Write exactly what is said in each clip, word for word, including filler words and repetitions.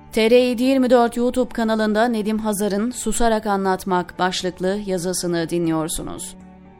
T R yedi yirmi dört YouTube kanalında Nedim Hazar'ın Susarak Anlatmak başlıklı yazısını dinliyorsunuz.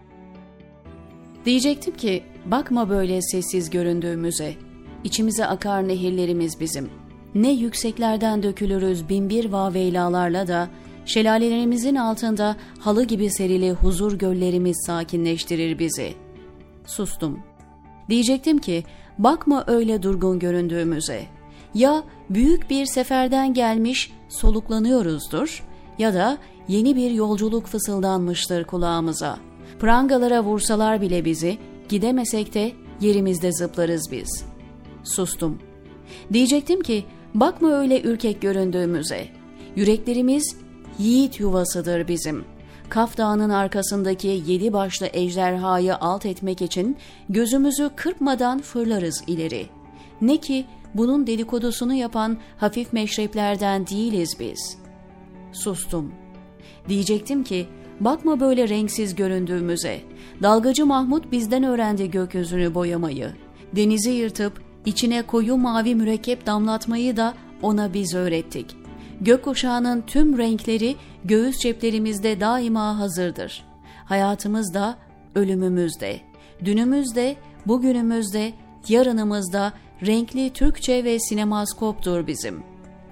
Diyecektim ki, bakma böyle sessiz göründüğümüze, içimize akar nehirlerimiz bizim. Ne yükseklerden dökülürüz binbir vaveylalarla da, şelalelerimizin altında halı gibi serili huzur göllerimiz sakinleştirir bizi. Sustum. Diyecektim ki, bakma öyle durgun göründüğümüze. Ya büyük bir seferden gelmiş soluklanıyoruzdur ya da yeni bir yolculuk fısıldanmıştır kulağımıza. Prangalara vursalar bile bizi, gidemesek de yerimizde zıplarız biz. Sustum. Diyecektim ki, bakma öyle ürkek göründüğümüze. Yüreklerimiz yiğit yuvasıdır bizim. Kaf Dağı'nın arkasındaki yedi başlı ejderhayı alt etmek için gözümüzü kırpmadan fırlarız ileri. Ne ki bunun dedikodusunu yapan hafif meşreplerden değiliz biz. Sustum. Diyecektim ki, bakma böyle renksiz göründüğümüze. Dalgacı Mahmut bizden öğrendi gökyüzünü boyamayı. Denizi yırtıp içine koyu mavi mürekkep damlatmayı da ona biz öğrettik. Gökkuşağının tüm renkleri göğüs ceplerimizde daima hazırdır. Hayatımızda, ölümümüzde, dünümüzde, bugünümüzde, yarınımızda renkli Türkçe ve sinemaskoptur bizim.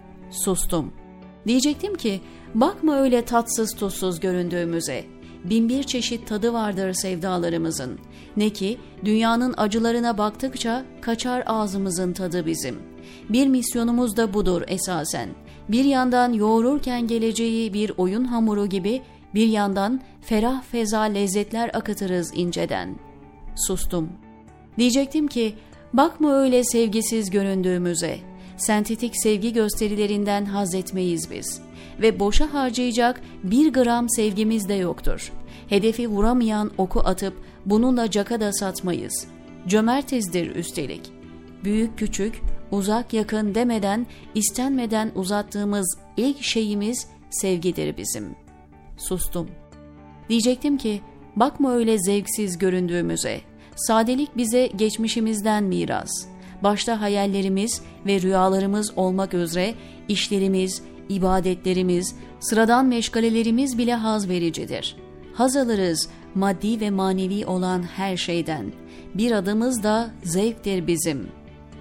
Sustum. Diyecektim ki, bakma öyle tatsız tuzsuz göründüğümüze. Binbir çeşit tadı vardır sevdalarımızın. Ne ki dünyanın acılarına baktıkça kaçar ağzımızın tadı bizim. Bir misyonumuz da budur esasen. Bir yandan yoğururken geleceği bir oyun hamuru gibi, bir yandan ferah feza lezzetler akıtırız inceden. Sustum. Diyecektim ki, bakma öyle sevgisiz göründüğümüze. Sentetik sevgi gösterilerinden haz etmeyiz biz. Ve boşa harcayacak bir gram sevgimiz de yoktur. Hedefi vuramayan oku atıp bununla caka da satmayız. Cömertizdir üstelik. Büyük küçük, uzak yakın demeden, istenmeden uzattığımız ilk şeyimiz sevgidir bizim. Sustum. Diyecektim ki, bakma öyle zevksiz göründüğümüze. Sadelik bize geçmişimizden miras. Başta hayallerimiz ve rüyalarımız olmak üzere işlerimiz, ibadetlerimiz, sıradan meşgalelerimiz bile haz vericidir. Haz alırız maddi ve manevi olan her şeyden. Bir adımız da zevktir bizim.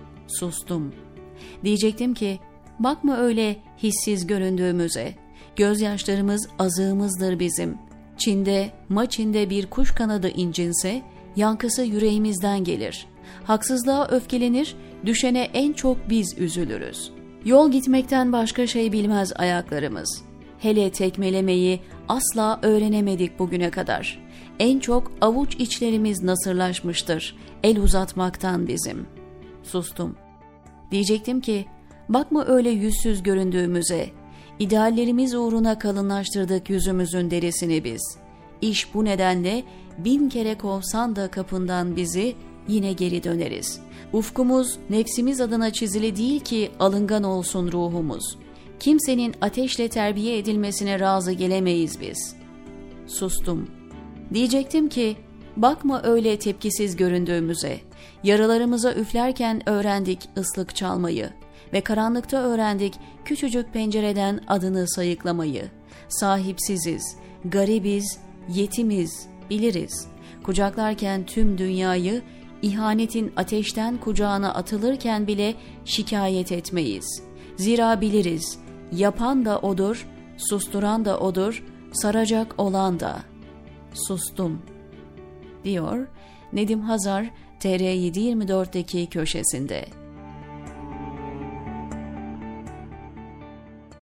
Sustum. Diyecektim ki, bakma öyle hissiz göründüğümüze. Gözyaşlarımız azığımızdır bizim. Çin'de, maçinde bir kuş kanadı incinse, yankısı yüreğimizden gelir. Haksızlığa öfkelenir, düşene en çok biz üzülürüz. Yol gitmekten başka şey bilmez ayaklarımız. Hele tekmelemeyi asla öğrenemedik bugüne kadar. En çok avuç içlerimiz nasırlaşmıştır, el uzatmaktan bizim. Sustum. Diyecektim ki, bakma öyle yüzsüz göründüğümüze. İdeallerimiz uğruna kalınlaştırdık yüzümüzün derisini biz. İş bu nedenle bin kere kovsan da kapından bizi, yine geri döneriz. Ufkumuz nefsimiz adına çizili değil ki alıngan olsun ruhumuz. Kimsenin ateşle terbiye edilmesine razı gelemeyiz biz. Sustum. Diyecektim ki, bakma öyle tepkisiz göründüğümüze. Yaralarımıza üflerken öğrendik ıslık çalmayı ve karanlıkta öğrendik küçücük pencereden adını sayıklamayı. Sahipsiziz, garibiz, yetimiz, biliriz. Kucaklarken tüm dünyayı, İhanetin ateşten kucağına atılırken bile şikayet etmeyiz. Zira biliriz, yapan da odur, susturan da odur, saracak olan da. Sustum. Diyor Nedim Hazar, T R yedi yirmi dört'teki köşesinde.